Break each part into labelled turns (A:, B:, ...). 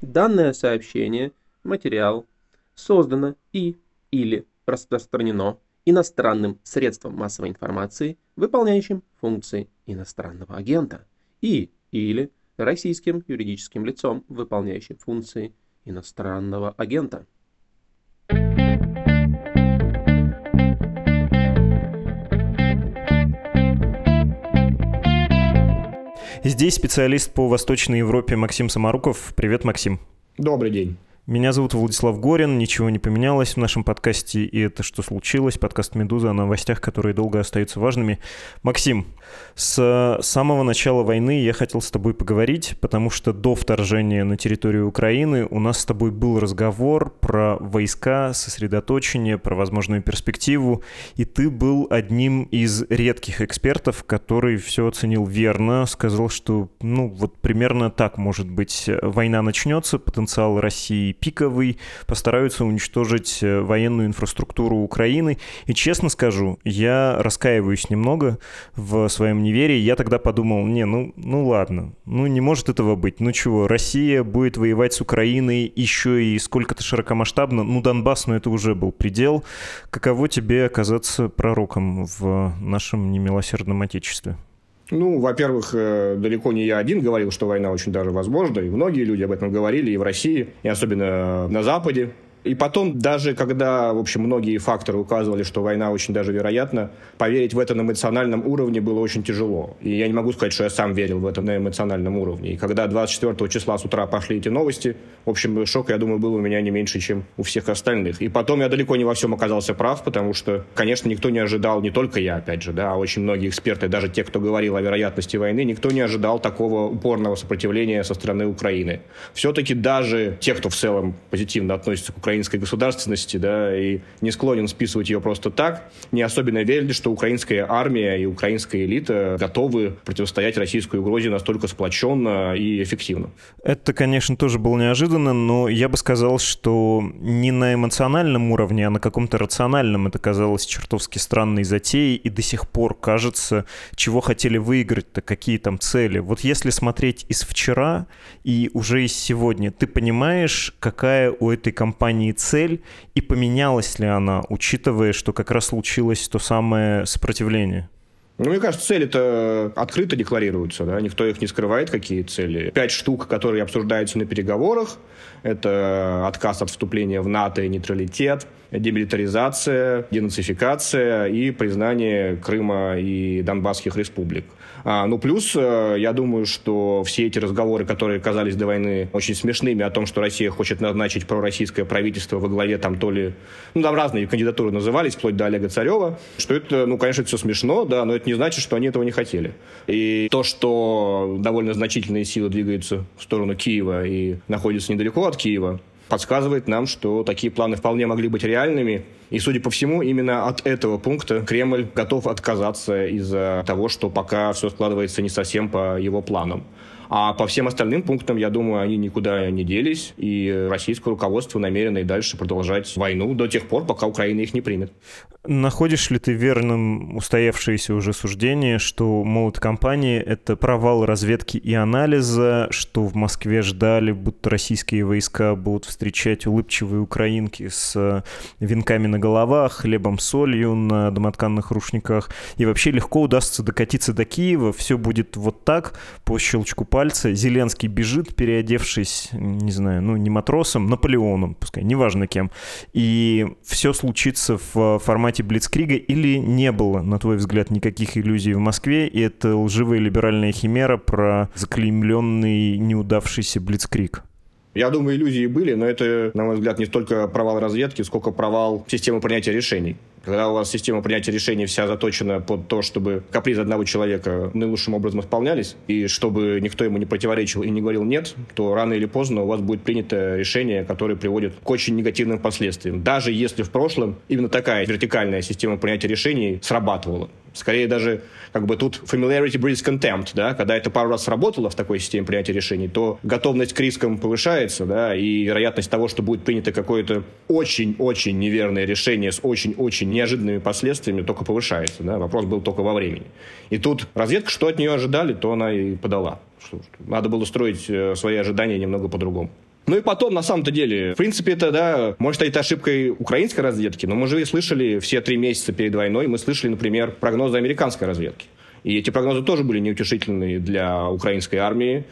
A: Данное сообщение, материал, создано и/или распространено иностранным средством массовой информации, выполняющим функции иностранного агента, и/или российским юридическим лицом, выполняющим функции иностранного агента.
B: Здесь специалист по Восточной Европе Максим Самаруков. Привет, Максим.
C: Добрый день.
B: Меня зовут Владислав Горин, ничего не поменялось в нашем подкасте, и это «Что случилось?» Подкаст «Медуза» о новостях, которые долго остаются важными. Максим, с самого начала войны я хотел с тобой поговорить, потому что до вторжения на территорию Украины у нас с тобой был разговор про войска, сосредоточение, про возможную перспективу, и ты был одним из редких экспертов, который все оценил верно, сказал, что, вот примерно так может быть. Война начнется, потенциал России пиковый, постараются уничтожить военную инфраструктуру Украины. И честно скажу, я раскаиваюсь немного в своем неверии. Я тогда подумал, ладно, не может этого быть. Чего, Россия будет воевать с Украиной еще и сколько-то широкомасштабно. Донбасс, это уже был предел. Каково тебе оказаться пророком в нашем немилосердном отечестве?
C: Во-первых, далеко не я один говорил, что война очень даже возможна, и многие люди об этом говорили и в России, и особенно на Западе. И потом, даже когда, многие факторы указывали, что война очень даже вероятна, поверить в это на эмоциональном уровне было очень тяжело. И я не могу сказать, что я сам верил в это на эмоциональном уровне. И когда 24 числа с утра пошли эти новости, шок, я думаю, был у меня не меньше, чем у всех остальных. И потом я далеко не во всем оказался прав, потому что, конечно, никто не ожидал, не только я, опять же, а очень многие эксперты, даже те, кто говорил о вероятности войны, никто не ожидал такого упорного сопротивления со стороны Украины. Все-таки даже те, кто в целом позитивно относится к украинской государственности, и не склонен списывать ее просто так, не особенно верили, что украинская армия и украинская элита готовы противостоять российской угрозе настолько сплоченно и эффективно.
B: Это, конечно, тоже было неожиданно, но я бы сказал, что не на эмоциональном уровне, а на каком-то рациональном это казалось чертовски странной затеей, и до сих пор кажется, чего хотели выиграть-то, какие там цели. Вот если смотреть из вчера и уже из сегодня, ты понимаешь, какая у этой кампании цель и поменялась ли она, учитывая, что как раз случилось то самое сопротивление?
C: Мне кажется, цели-то открыто декларируются, никто их не скрывает, какие цели. 5 штук, которые обсуждаются на переговорах, это отказ от вступления в НАТО и нейтралитет, демилитаризация, денацификация и признание Крыма и Донбасских республик. Плюс, я думаю, что все эти разговоры, которые казались до войны очень смешными, о том, что Россия хочет назначить пророссийское правительство во главе там разные кандидатуры назывались, вплоть до Олега Царева, что это, конечно, это все смешно, но это не значит, что они этого не хотели. И то, что довольно значительные силы двигаются в сторону Киева и находятся недалеко от Киева, подсказывает нам, что такие планы вполне могли быть реальными. И, судя по всему, именно от этого пункта Кремль готов отказаться из-за того, что пока все складывается не совсем по его планам. А по всем остальным пунктам, я думаю, они никуда не делись, и российское руководство намерено и дальше продолжать войну до тех пор, пока Украина их не примет.
B: Находишь ли ты верным устоявшееся уже суждение, что, кампания — это провал разведки и анализа, что в Москве ждали, будто российские войска будут встречать улыбчивые украинки с венками на головах, хлебом, солью на домотканных рушниках, и вообще легко удастся докатиться до Киева, все будет вот так, по щелчку пальца, Зеленский бежит, переодевшись, не знаю, не матросом, Наполеоном, пускай, неважно кем, и все случится в формате блицкрига, или не было, на твой взгляд, никаких иллюзий в Москве, и это лживая либеральная химера про заклеймленный неудавшийся блицкриг?
C: Я думаю, иллюзии были, но это, на мой взгляд, не столько провал разведки, сколько провал системы принятия решений. Когда у вас система принятия решений вся заточена под то, чтобы капризы одного человека наилучшим образом исполнялись, и чтобы никто ему не противоречил и не говорил «нет», то рано или поздно у вас будет принято решение, которое приводит к очень негативным последствиям. Даже если в прошлом именно такая вертикальная система принятия решений срабатывала. Скорее даже тут familiarity breeds contempt, когда это пару раз сработало в такой системе принятия решений, то готовность к рискам повышается, и вероятность того, что будет принято какое-то очень-очень неверное решение с очень-очень неожиданными последствиями, только повышается. Вопрос был только во времени. И тут разведка, что от нее ожидали, то она и подала. Надо было строить свои ожидания немного по-другому. Ну и потом, на самом-то деле, в принципе, это, да, может стать ошибкой украинской разведки, но мы же слышали все 3 месяца перед войной, мы слышали, например, прогнозы американской разведки. И эти прогнозы тоже были неутешительные для украинской армии.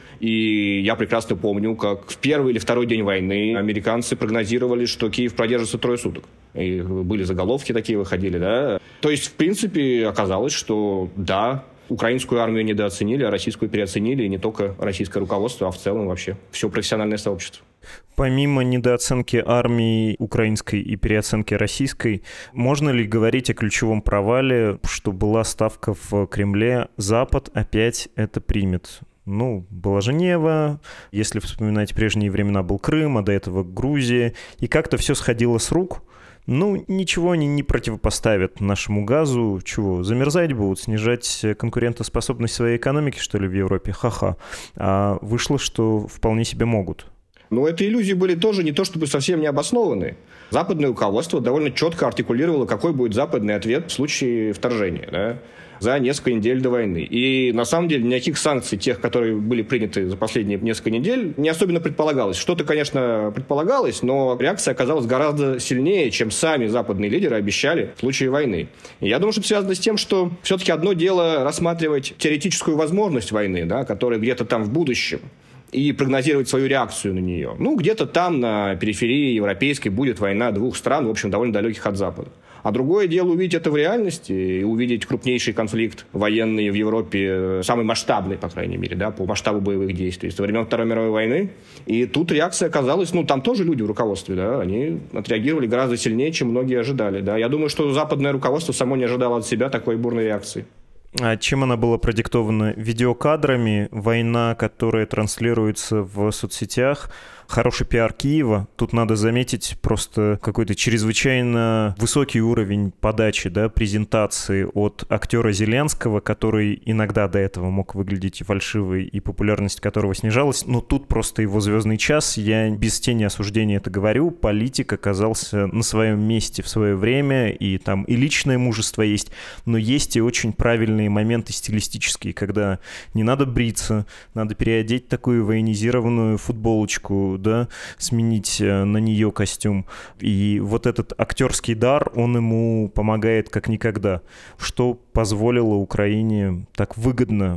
C: И я прекрасно помню, как в первый или второй день войны американцы прогнозировали, что Киев продержится 3 суток. И были заголовки такие, выходили, да. То есть, в принципе, оказалось, что да, украинскую армию недооценили, а российскую переоценили. И не только российское руководство, а в целом вообще все профессиональное сообщество.
B: Помимо недооценки армии украинской и переоценки российской, можно ли говорить о ключевом провале, что была ставка в Кремле, Запад опять это примет? Ну, была Женева, если вспоминать прежние времена, был Крым, а до этого Грузия, и как-то все сходило с рук. Ну, ничего они не противопоставят нашему газу. Чего, замерзать будут, снижать конкурентоспособность своей экономики, что ли, в Европе? Ха-ха. А вышло, что вполне себе могут.
C: Но эти иллюзии были тоже не то чтобы совсем не обоснованы. Западное руководство довольно четко артикулировало, какой будет западный ответ в случае вторжения, да, за несколько недель до войны. И на самом деле никаких санкций, тех, которые были приняты за последние несколько недель, не особенно предполагалось. Что-то, конечно, предполагалось, но реакция оказалась гораздо сильнее, чем сами западные лидеры обещали в случае войны. И я думаю, что это связано с тем, что все-таки одно дело рассматривать теоретическую возможность войны, да, которая где-то там в будущем, и прогнозировать свою реакцию на нее. Ну, где-то там, на периферии европейской, будет война 2 стран, в общем, довольно далеких от Запада. А другое дело увидеть это в реальности, и увидеть крупнейший конфликт военный в Европе, самый масштабный, по крайней мере, да, по масштабу боевых действий, со времен Второй мировой войны. И тут реакция оказалась, ну, там тоже люди в руководстве, да, они отреагировали гораздо сильнее, чем многие ожидали, да. Я думаю, что западное руководство само не ожидало от себя такой бурной реакции.
B: А чем она была продиктована? Видеокадрами, война, которая транслируется в соцсетях, хороший пиар Киева. Тут надо заметить просто какой-то чрезвычайно высокий уровень подачи, да, презентации от актера Зеленского, который иногда до этого мог выглядеть фальшивой и популярность которого снижалась. Но тут просто его звездный час. Я без тени осуждения это говорю. Политик оказался на своем месте в свое время, и там и личное мужество есть, но есть и очень правильные моменты стилистические, когда не надо бриться, надо переодеть такую военизированную футболочку, да, сменить на нее костюм. И вот этот актерский дар, он ему помогает как никогда. Что позволило Украине так выгодно,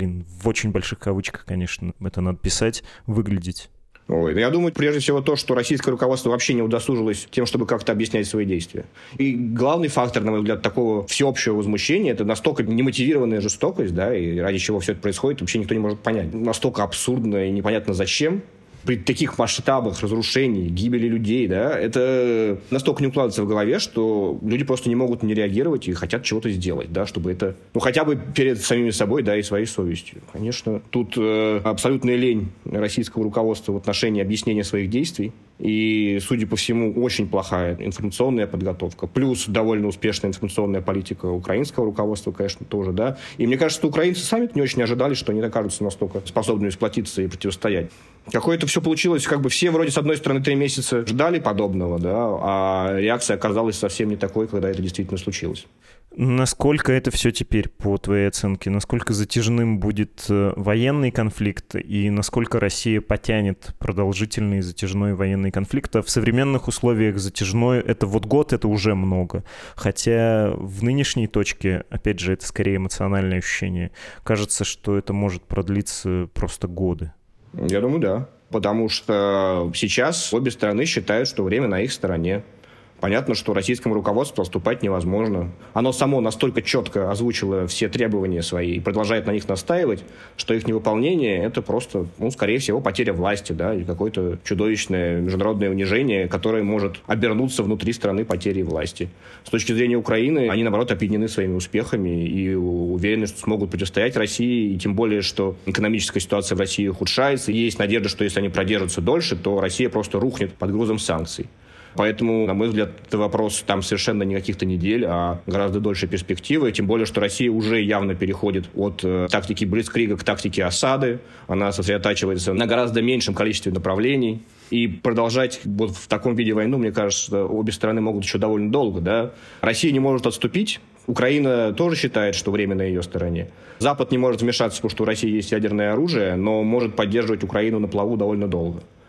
B: в очень больших кавычках, конечно, это надо писать, выглядеть.
C: Ой, я думаю, прежде всего то, что российское руководство вообще не удосужилось тем, чтобы как-то объяснять свои действия. И главный фактор, на мой взгляд, такого всеобщего возмущения — это настолько немотивированная жестокость, да, и ради чего все это происходит, вообще никто не может понять. Настолько абсурдно и непонятно зачем. При таких масштабах разрушений, гибели людей, да, это настолько не укладывается в голове, что люди просто не могут не реагировать и хотят чего-то сделать, да, чтобы это, хотя бы перед самими собой, да, и своей совестью. Конечно, тут абсолютная лень российского руководства в отношении объяснения своих действий. И, судя по всему, очень плохая информационная подготовка. Плюс довольно успешная информационная политика украинского руководства, конечно, тоже, да. И мне кажется, что украинцы сами не очень ожидали, что они окажутся настолько способными сплотиться и противостоять. Какое-то все получилось, все вроде с одной стороны 3 месяца ждали подобного, да, а реакция оказалась совсем не такой, когда это действительно случилось.
B: Насколько это все теперь, по твоей оценке? Насколько затяжным будет военный конфликт и насколько Россия потянет продолжительный затяжной военный конфликт? А в современных условиях затяжной — это год, это уже много. Хотя в нынешней точке, опять же, это скорее эмоциональное ощущение. Кажется, что это может продлиться просто годы.
C: Я думаю, да. Потому что сейчас обе стороны считают, что время на их стороне. Понятно, что российскому руководству отступать невозможно. Оно само настолько четко озвучило все требования свои и продолжает на них настаивать, что их невыполнение — это просто, скорее всего, потеря власти, да, или какое-то чудовищное международное унижение, которое может обернуться внутри страны потерей власти. С точки зрения Украины, они, наоборот, опьянены своими успехами и уверены, что смогут противостоять России, и тем более, что экономическая ситуация в России ухудшается, и есть надежда, что если они продержатся дольше, то Россия просто рухнет под грузом санкций. Поэтому, на мой взгляд, это вопрос там совершенно не каких-то недель, а гораздо дольше перспективы. Тем более, что Россия уже явно переходит от тактики Блицкрига к тактике осады. Она сосредотачивается на гораздо меньшем количестве направлений. И продолжать в таком виде войну, мне кажется, обе стороны могут еще довольно долго. Да? Россия не может отступить. Украина тоже считает, что время на ее стороне. Запад не может вмешаться, потому что у России есть ядерное оружие, но может поддерживать Украину на плаву довольно долго.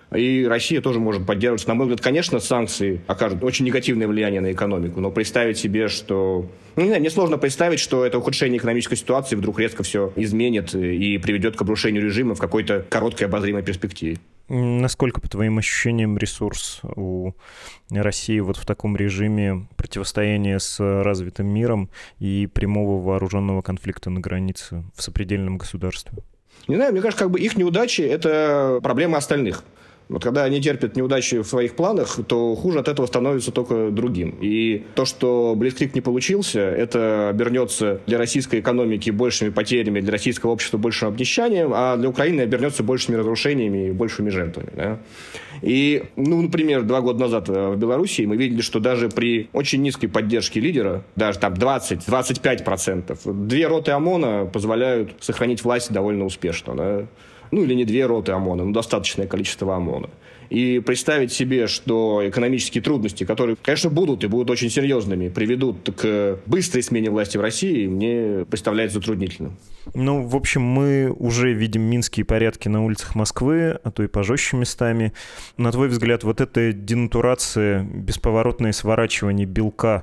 C: И Россия тоже может поддерживать. На мой взгляд, конечно, санкции окажут очень негативное влияние на экономику, но представить себе, что... Ну, не знаю, мне сложно представить, что это ухудшение экономической ситуации вдруг резко все изменит и приведет к обрушению режима в какой-то короткой обозримой перспективе.
B: Насколько, по твоим ощущениям, ресурс у России вот в таком режиме противостояния с развитым миром и прямого вооруженного конфликта на границе в сопредельном государстве?
C: Не знаю, мне кажется, как бы их неудачи – это проблема остальных. Вот когда они терпят неудачи в своих планах, то хуже от этого становится только другим. И то, что Блицкриг не получился, это обернется для российской экономики большими потерями, для российского общества большим обнищанием, а для Украины обернется большими разрушениями и большими жертвами. Да? И, например, 2 года назад в Белоруссии мы видели, что даже при очень низкой поддержке лидера, даже там 20-25%, 2 роты ОМОНа позволяют сохранить власть довольно успешно. Да? Или не 2 роты ОМОНа, но достаточное количество ОМОНа. И представить себе, что экономические трудности, которые, конечно, будут и будут очень серьезными, приведут к быстрой смене власти в России, мне представляется затруднительным.
B: В общем, мы уже видим минские порядки на улицах Москвы, а то и пожестче местами. На твой взгляд, вот эта денатурация, бесповоротное сворачивание белка,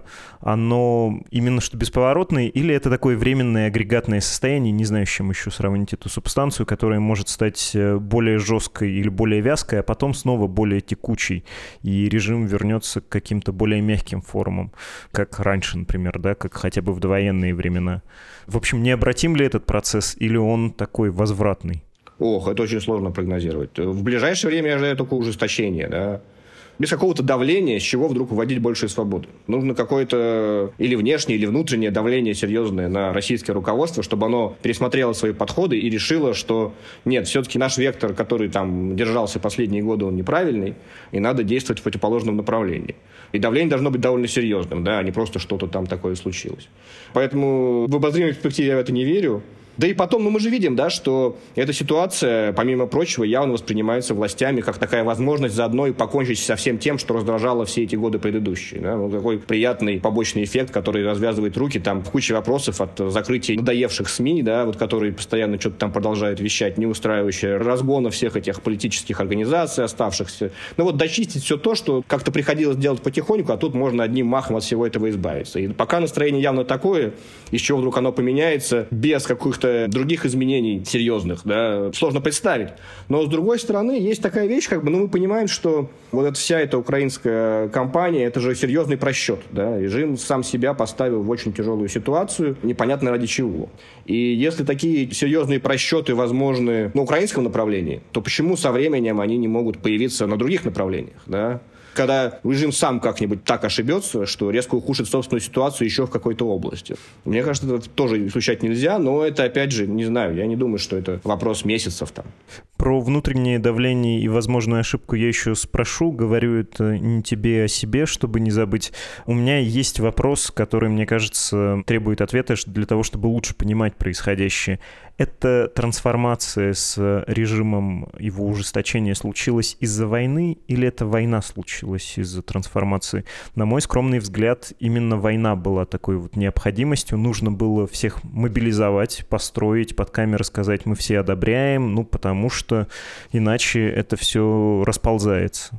B: оно именно что бесповоротное, или это такое временное агрегатное состояние, не знаю, с чем еще сравнить эту субстанцию, которая может стать более жесткой или более вязкой, а потом снова более текучий, и режим вернется к каким-то более мягким формам, как раньше, например, да, как хотя бы в довоенные времена. В общем, необратим ли этот процесс, или он такой возвратный?
C: Это очень сложно прогнозировать. В ближайшее время я ожидаю только ужесточения, да. Без какого-то давления, с чего вдруг вводить большую свободу. Нужно какое-то или внешнее, или внутреннее давление серьезное на российское руководство, чтобы оно пересмотрело свои подходы и решило, что нет, все-таки наш вектор, который там держался последние годы, он неправильный, и надо действовать в противоположном направлении. И давление должно быть довольно серьезным, да, а не просто что-то там такое случилось. Поэтому в обозримой перспективе я в это не верю. Да и потом, мы же видим, да, что эта ситуация, помимо прочего, явно воспринимается властями как такая возможность заодно и покончить со всем тем, что раздражало все эти годы предыдущие. Да? Такой приятный побочный эффект, который развязывает руки там в куче вопросов от закрытия надоевших СМИ, да, которые постоянно что-то там продолжают вещать, не устраивающие разгона всех этих политических организаций оставшихся. Дочистить все то, что как-то приходилось делать потихоньку, а тут можно одним махом от всего этого избавиться. И пока настроение явно такое, из чего вдруг оно поменяется, без каких-то других изменений серьезных, да, сложно представить. Но, с другой стороны, есть такая вещь, мы понимаем, что вся эта украинская кампания, это же серьезный просчет, да, режим сам себя поставил в очень тяжелую ситуацию, непонятно ради чего. И если такие серьезные просчеты возможны на украинском направлении, то почему со временем они не могут появиться на других направлениях, да? Когда режим сам как-нибудь так ошибется, что резко ухудшит собственную ситуацию еще в какой-то области. Мне кажется, это тоже исключать нельзя, но это, опять же, не знаю, я не думаю, что это вопрос месяцев там.
B: Про внутреннее давление и возможную ошибку я еще спрошу. Говорю это не тебе, а себе, чтобы не забыть. У меня есть вопрос, который, мне кажется, требует ответа для того, чтобы лучше понимать происходящее. Эта трансформация с режимом, его ужесточения случилась из-за войны или эта война случилась из-за трансформации? На мой скромный взгляд, именно война была такой необходимостью. Нужно было всех мобилизовать, построить, под камеры сказать, мы все одобряем, потому что иначе это все расползается.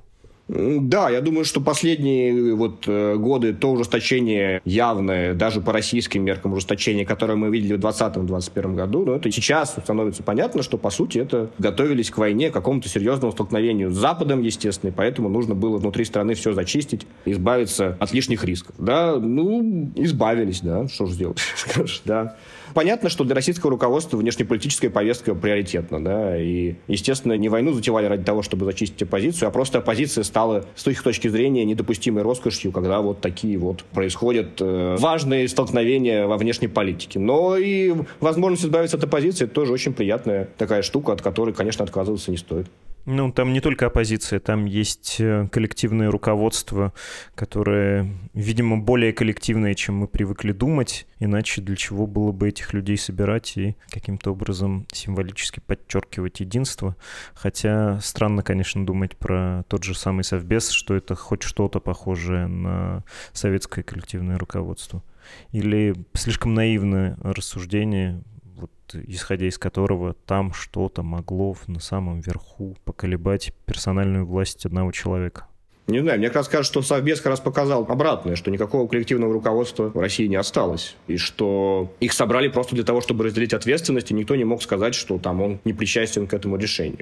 C: Да, я думаю, что последние годы то ужесточение явное, даже по российским меркам ужесточение, которое мы видели в 2020-2021 году, это сейчас становится понятно, что по сути это готовились к войне, к какому-то серьезному столкновению с Западом, естественно, и поэтому нужно было внутри страны все зачистить, избавиться от лишних рисков. Да, избавились, да, что же сделать, скажешь, да. Понятно, что для российского руководства внешнеполитическая повестка приоритетна, да, и, естественно, не войну затевали ради того, чтобы зачистить оппозицию, а просто оппозиция стала, с их точки зрения, недопустимой роскошью, когда такие происходят важные столкновения во внешней политике. Но и возможность избавиться от оппозиции – это тоже очень приятная такая штука, от которой, конечно, отказываться не стоит.
B: Там не только оппозиция, там есть коллективное руководство, которое, видимо, более коллективное, чем мы привыкли думать, иначе для чего было бы этих людей собирать и каким-то образом символически подчеркивать единство. Хотя странно, конечно, думать про тот же самый Совбез, что это хоть что-то похожее на советское коллективное руководство. Или слишком наивное рассуждение вот, исходя из которого там что-то могло на самом верху поколебать персональную власть одного человека?
C: Не знаю, мне как раз кажется, что Совбез как раз показал обратное, что никакого коллективного руководства в России не осталось. И что их собрали просто для того, чтобы разделить ответственность, и никто не мог сказать, что там он не причастен к этому решению.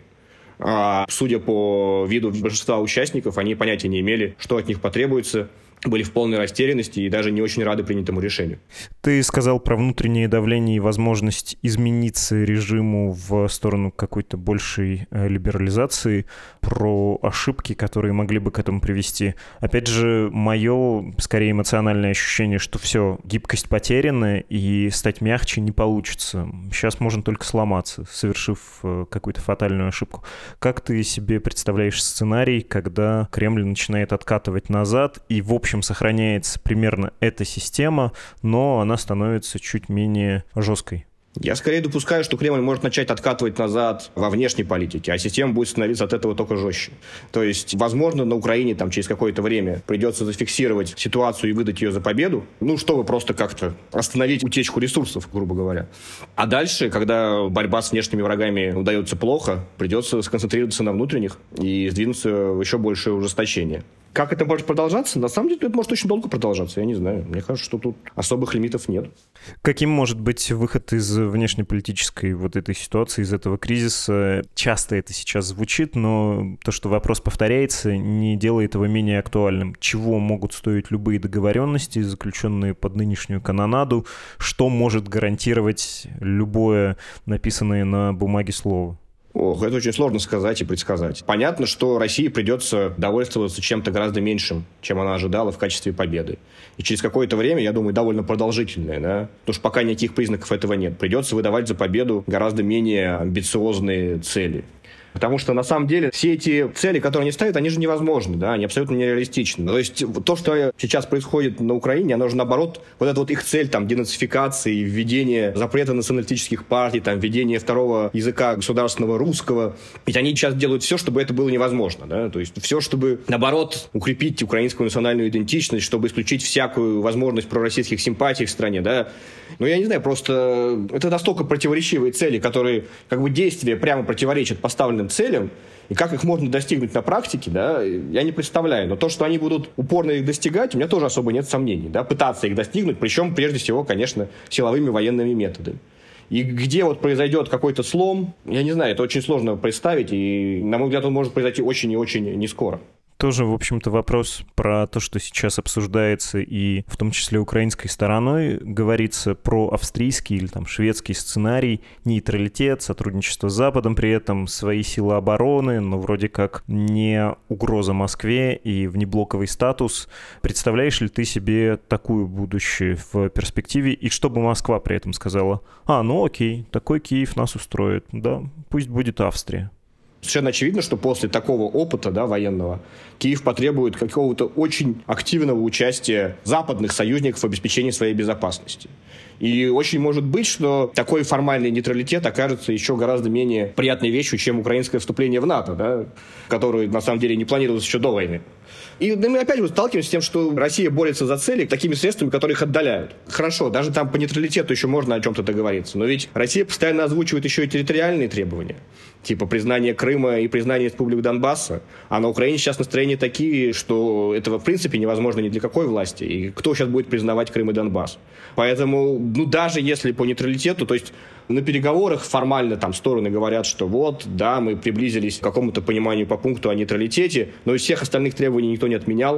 C: А судя по виду большинства участников, они понятия не имели, что от них потребуется, были в полной растерянности и даже не очень рады принятому решению.
B: Ты сказал про внутреннее давление и возможность измениться режиму в сторону какой-то большей либерализации, про ошибки, которые могли бы к этому привести. Опять же, мое, скорее, эмоциональное ощущение, что все, гибкость потеряна и стать мягче не получится. Сейчас можно только сломаться, совершив какую-то фатальную ошибку. Как ты себе представляешь сценарий, когда Кремль начинает откатывать назад и, в общем, сохраняется примерно эта система, но она становится чуть менее жесткой?
C: Я скорее допускаю, что Кремль может начать откатывать назад во внешней политике, а система будет становиться от этого только жестче. То есть, возможно, на Украине там, через какое-то время придется зафиксировать ситуацию и выдать ее за победу, чтобы просто как-то остановить утечку ресурсов, грубо говоря. А дальше, когда борьба с внешними врагами удается плохо, придется сконцентрироваться на внутренних и сдвинуться в еще большее ужесточение. Как это может продолжаться? На самом деле, это может очень долго продолжаться, я не знаю. Мне кажется, что тут особых лимитов нет.
B: Каким может быть выход из внешнеполитической вот этой ситуации, из этого кризиса? Часто это сейчас звучит, но то, что вопрос повторяется, не делает его менее актуальным. Чего могут стоить любые договоренности, заключенные под нынешнюю канонаду? Что может гарантировать любое написанное на бумаге слово?
C: Это очень сложно сказать и предсказать. Понятно, что России придется довольствоваться чем-то гораздо меньшим, чем она ожидала в качестве победы. И через какое-то время, я думаю, довольно продолжительное, да? Потому что пока никаких признаков этого нет. Придется выдавать за победу гораздо менее амбициозные цели. Потому что, на самом деле, все эти цели, которые они ставят, они же невозможны, да, они абсолютно нереалистичны. То есть, то, что сейчас происходит на Украине, оно же, наоборот, вот эта вот их цель, там, денацификации, введение запрета националистических партий, там, введение второго языка государственного русского, ведь они сейчас делают все, чтобы это было невозможно, да, то есть, все, чтобы, наоборот, укрепить украинскую национальную идентичность, чтобы исключить всякую возможность пророссийских симпатий в стране, да. Ну, я не знаю, просто это настолько противоречивые цели, которые, как бы, действия прямо противоречат поставленным целям, и как их можно достигнуть на практике, да, я не представляю. Но то, что они будут упорно их достигать, у меня тоже особо нет сомнений, да, пытаться их достигнуть, причем, прежде всего, конечно, силовыми военными методами. И где вот произойдет какой-то слом, я не знаю, это очень сложно представить, и, на мой взгляд, он может произойти очень и очень не скоро.
B: Тоже, в общем-то, вопрос про то, что сейчас обсуждается, и в том числе украинской стороной говорится про австрийский или там шведский сценарий, нейтралитет, сотрудничество с Западом, при этом свои силы обороны, но вроде как не угроза Москве и внеблоковый статус. Представляешь ли ты себе такое будущее в перспективе, и что бы Москва при этом сказала? Ну окей, такой Киев нас устроит, да, пусть будет Австрия.
C: Совершенно очевидно, что после такого опыта, да, военного, Киев потребует какого-то очень активного участия западных союзников в обеспечении своей безопасности. И очень может быть, что такой формальный нейтралитет окажется еще гораздо менее приятной вещью, чем украинское вступление в НАТО, да, которое на самом деле не планировалось еще до войны. И мы опять же сталкиваемся с тем, что Россия борется за цели такими средствами, которые их отдаляют. Хорошо, даже там по нейтралитету еще можно о чем-то договориться, но ведь Россия постоянно озвучивает еще и территориальные требования, типа признание Крыма и признание республик Донбасса. А на Украине сейчас настроения такие, что этого в принципе невозможно ни для какой власти. И кто сейчас будет признавать Крым и Донбасс? Поэтому, даже если по нейтралитету, то есть на переговорах формально там стороны говорят, что вот, да, мы приблизились к какому-то пониманию по пункту о нейтралитете, но из всех остальных требований никто не отменял.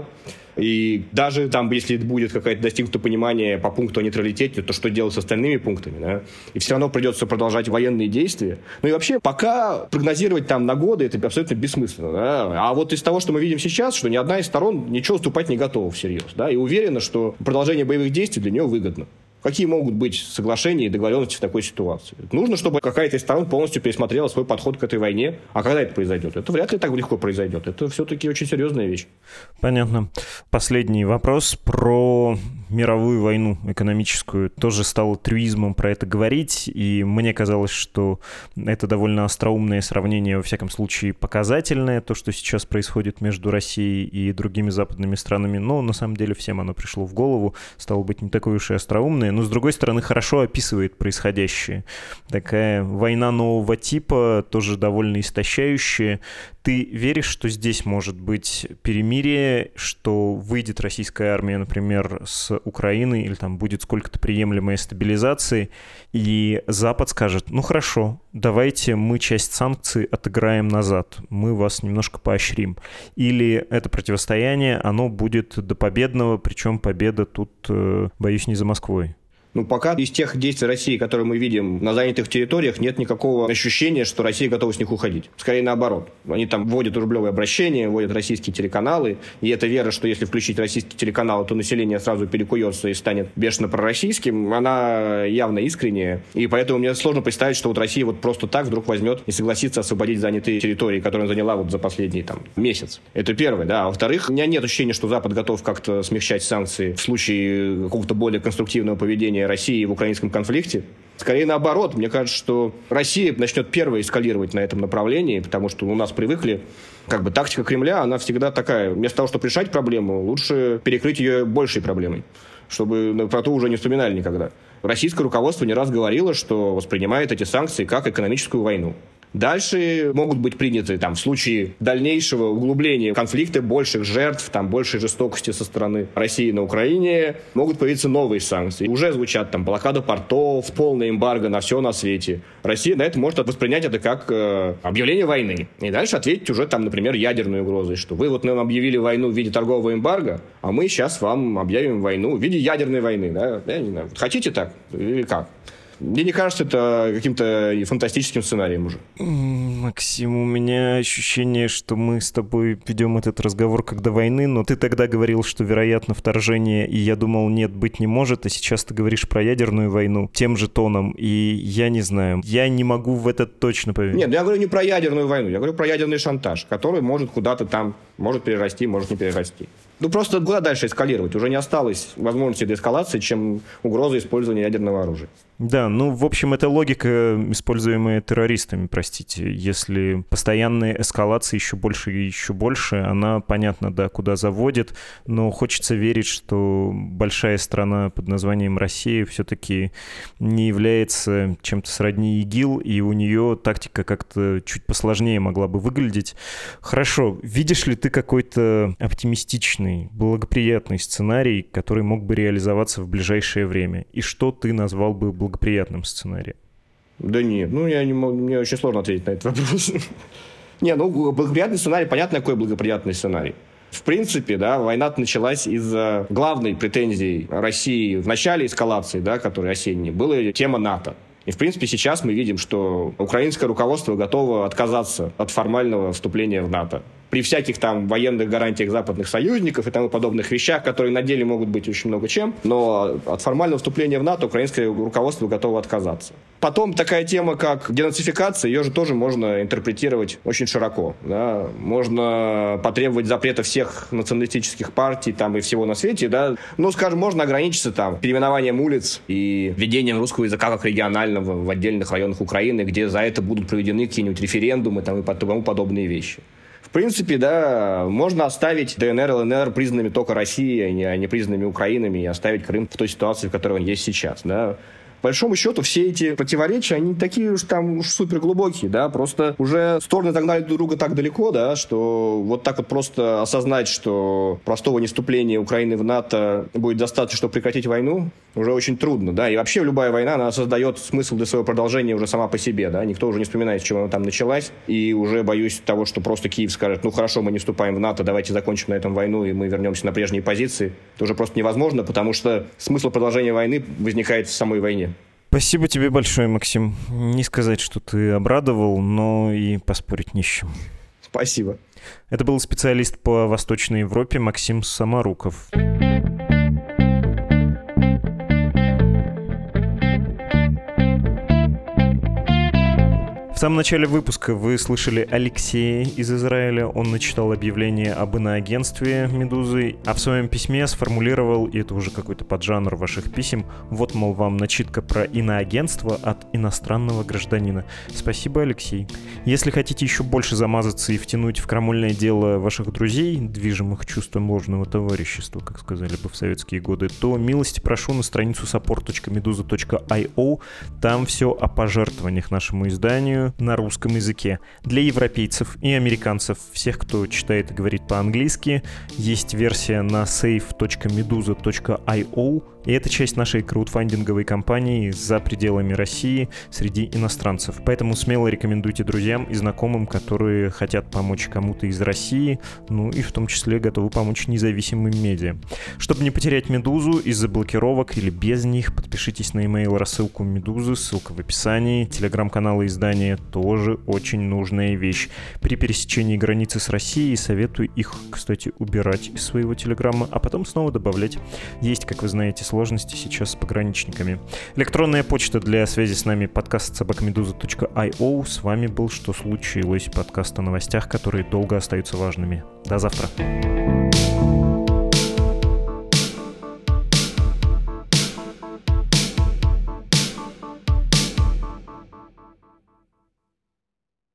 C: И даже там, если будет какое-то достигнуто понимание по пункту о нейтралитете, то что делать с остальными пунктами, да? И все равно придется продолжать военные действия. Ну и вообще, пока прогнозировать там на годы, это абсолютно бессмысленно, да? А вот из того, что мы видим сейчас, что ни одна из сторон ничего уступать не готова всерьез, да? И уверена, что продолжение боевых действий для нее выгодно. Какие могут быть соглашения и договоренности в такой ситуации? Нужно, чтобы какая-то из сторон полностью пересмотрела свой подход к этой войне. А когда это произойдет? Это вряд ли так легко произойдет. Это все-таки очень серьезная вещь.
B: Понятно. Последний вопрос про мировую войну экономическую. Тоже стало трюизмом про это говорить, и мне казалось, что это довольно остроумное сравнение, во всяком случае показательное, то, что сейчас происходит между Россией и другими западными странами, но на самом деле всем оно пришло в голову, стало быть, не такое уж и остроумное. серьезная, но, с другой стороны, хорошо описывает происходящее. Такая война нового типа, тоже довольно истощающая. Ты веришь, что здесь может быть перемирие, что выйдет российская армия, например, с Украины, или там будет сколько-то приемлемой стабилизации, и Запад скажет: ну хорошо, давайте мы часть санкций отыграем назад, мы вас немножко поощрим. Или это противостояние, оно будет до победного, причем победа тут, боюсь, не за Москвой.
C: Ну, пока из тех действий России, которые мы видим на занятых территориях, нет никакого ощущения, что Россия готова с них уходить. Скорее наоборот. Они там вводят рублевые обращения, вводят российские телеканалы, и эта вера, что если включить российские телеканалы, то население сразу перекуется и станет бешено пророссийским, она явно искренняя. И поэтому мне сложно представить, что вот Россия вот просто так вдруг возьмет и согласится освободить занятые территории, которые она заняла вот за последний там месяц. Это первое, да. А во-вторых, у меня нет ощущения, что Запад готов как-то смягчать санкции в случае какого-то более конструктивного поведения России в украинском конфликте. Скорее наоборот, мне кажется, что Россия начнет первой эскалировать на этом направлении, потому что у нас привыкли, тактика Кремля, она всегда такая, вместо того, чтобы решать проблему, лучше перекрыть ее большей проблемой, чтобы про то уже не вспоминали никогда. Российское руководство не раз говорило, что воспринимает эти санкции как экономическую войну. Дальше могут быть приняты в случае дальнейшего углубления конфликта, больших жертв, большей жестокости со стороны России на Украине, могут появиться новые санкции. Уже звучат блокада портов, полная эмбарго на все на свете. Россия на это может воспринять это как объявление войны. И дальше ответить уже, например, ядерной угрозой, что вы нам объявили войну в виде торгового эмбарго, а мы сейчас вам объявим войну в виде ядерной войны. Да? Я не знаю, хотите так или как? Мне не кажется это каким-то фантастическим сценарием уже.
B: Максим, у меня ощущение, что мы с тобой ведем этот разговор как до войны, но ты тогда говорил, что вероятно вторжение, и я думал, нет, быть не может, а сейчас ты говоришь про ядерную войну тем же тоном, и я не знаю, я не могу в это точно поверить.
C: Нет, я говорю не про ядерную войну, я говорю про ядерный шантаж, который может куда-то может перерасти, может не перерасти. Просто куда дальше эскалировать? Уже не осталось возможности деэскалации, чем угроза использования ядерного оружия.
B: Да, в общем, это логика, используемая террористами, простите. Если постоянная эскалация еще больше и еще больше, она, понятно, да, куда заводит, но хочется верить, что большая страна под названием Россия все-таки не является чем-то сродни ИГИЛ, и у нее тактика как-то чуть посложнее могла бы выглядеть. Хорошо, видишь ли ты какой-то оптимистичный, благоприятный сценарий, который мог бы реализоваться в ближайшее время? И что ты назвал бы благоприятным сценарием?
C: Да нет, мне очень сложно ответить на этот вопрос. Благоприятный сценарий, понятно, какой благоприятный сценарий. В принципе, да, война началась из-за главной претензии России в начале эскалации, да, которая осенняя, была тема НАТО. И, в принципе, сейчас мы видим, что украинское руководство готово отказаться от формального вступления в НАТО. При всяких военных гарантиях западных союзников и тому подобных вещах, которые на деле могут быть очень много чем, но от формального вступления в НАТО украинское руководство готово отказаться. Потом такая тема, как денацификация, ее же тоже можно интерпретировать очень широко. Да? Можно потребовать запрета всех националистических партий и всего на свете. Да? Можно ограничиться переименованием улиц и введением русского языка как регионального в отдельных районах Украины, где за это будут проведены какие-нибудь референдумы и тому подобные вещи. В принципе, да, можно оставить ДНР, ЛНР признанными только Россией, а не признанными Украинами, и оставить Крым в той ситуации, в которой он есть сейчас, да. По большому счету, все эти противоречия, они такие уж супер глубокие, да, просто уже стороны загнали друг друга так далеко, да, что вот так вот просто осознать, что простого невступления Украины в НАТО будет достаточно, чтобы прекратить войну, уже очень трудно, да, и вообще любая война, она создает смысл для своего продолжения уже сама по себе, да, никто уже не вспоминает, с чего она началась, и уже боюсь того, что просто Киев скажет, хорошо, мы не вступаем в НАТО, давайте закончим на этом войну, и мы вернемся на прежние позиции, это уже просто невозможно, потому что смысл продолжения войны возникает в самой войне.
B: Спасибо тебе большое, Максим. Не сказать, что ты обрадовал, но и поспорить не с чем.
C: Спасибо.
B: Это был специалист по Восточной Европе Максим Самаруков. В самом начале выпуска вы слышали Алексея из Израиля. Он начитал объявление об иноагентстве «Медузы», а в своем письме сформулировал, и это уже какой-то поджанр ваших писем, вот, мол, вам начитка про иноагентство от иностранного гражданина. Спасибо, Алексей. Если хотите еще больше замазаться и втянуть в крамольное дело ваших друзей, движимых чувством ложного товарищества, как сказали бы в советские годы, то милости прошу на страницу support.meduza.io. Там все о пожертвованиях нашему изданию на русском языке. Для европейцев и американцев, всех, кто читает и говорит по-английски, есть версия на save.meduza.io, и это часть нашей краудфандинговой кампании за пределами России среди иностранцев. Поэтому смело рекомендуйте друзьям и знакомым, которые хотят помочь кому-то из России, ну и в том числе готовы помочь независимым медиа. Чтобы не потерять «Медузу» из-за блокировок или без них, подпишитесь на email-рассылку «Медузы», ссылка в описании. Телеграм-каналы издания тоже очень нужная вещь. При пересечении границы с Россией советую их, кстати, убирать из своего телеграмма, а потом снова добавлять. Есть, как вы знаете, сложности сейчас с пограничниками. Электронная почта для связи с нами — podcast@meduza.io. С вами был «Что случилось?» Подкаст о новостях, которые долго остаются важными. До завтра.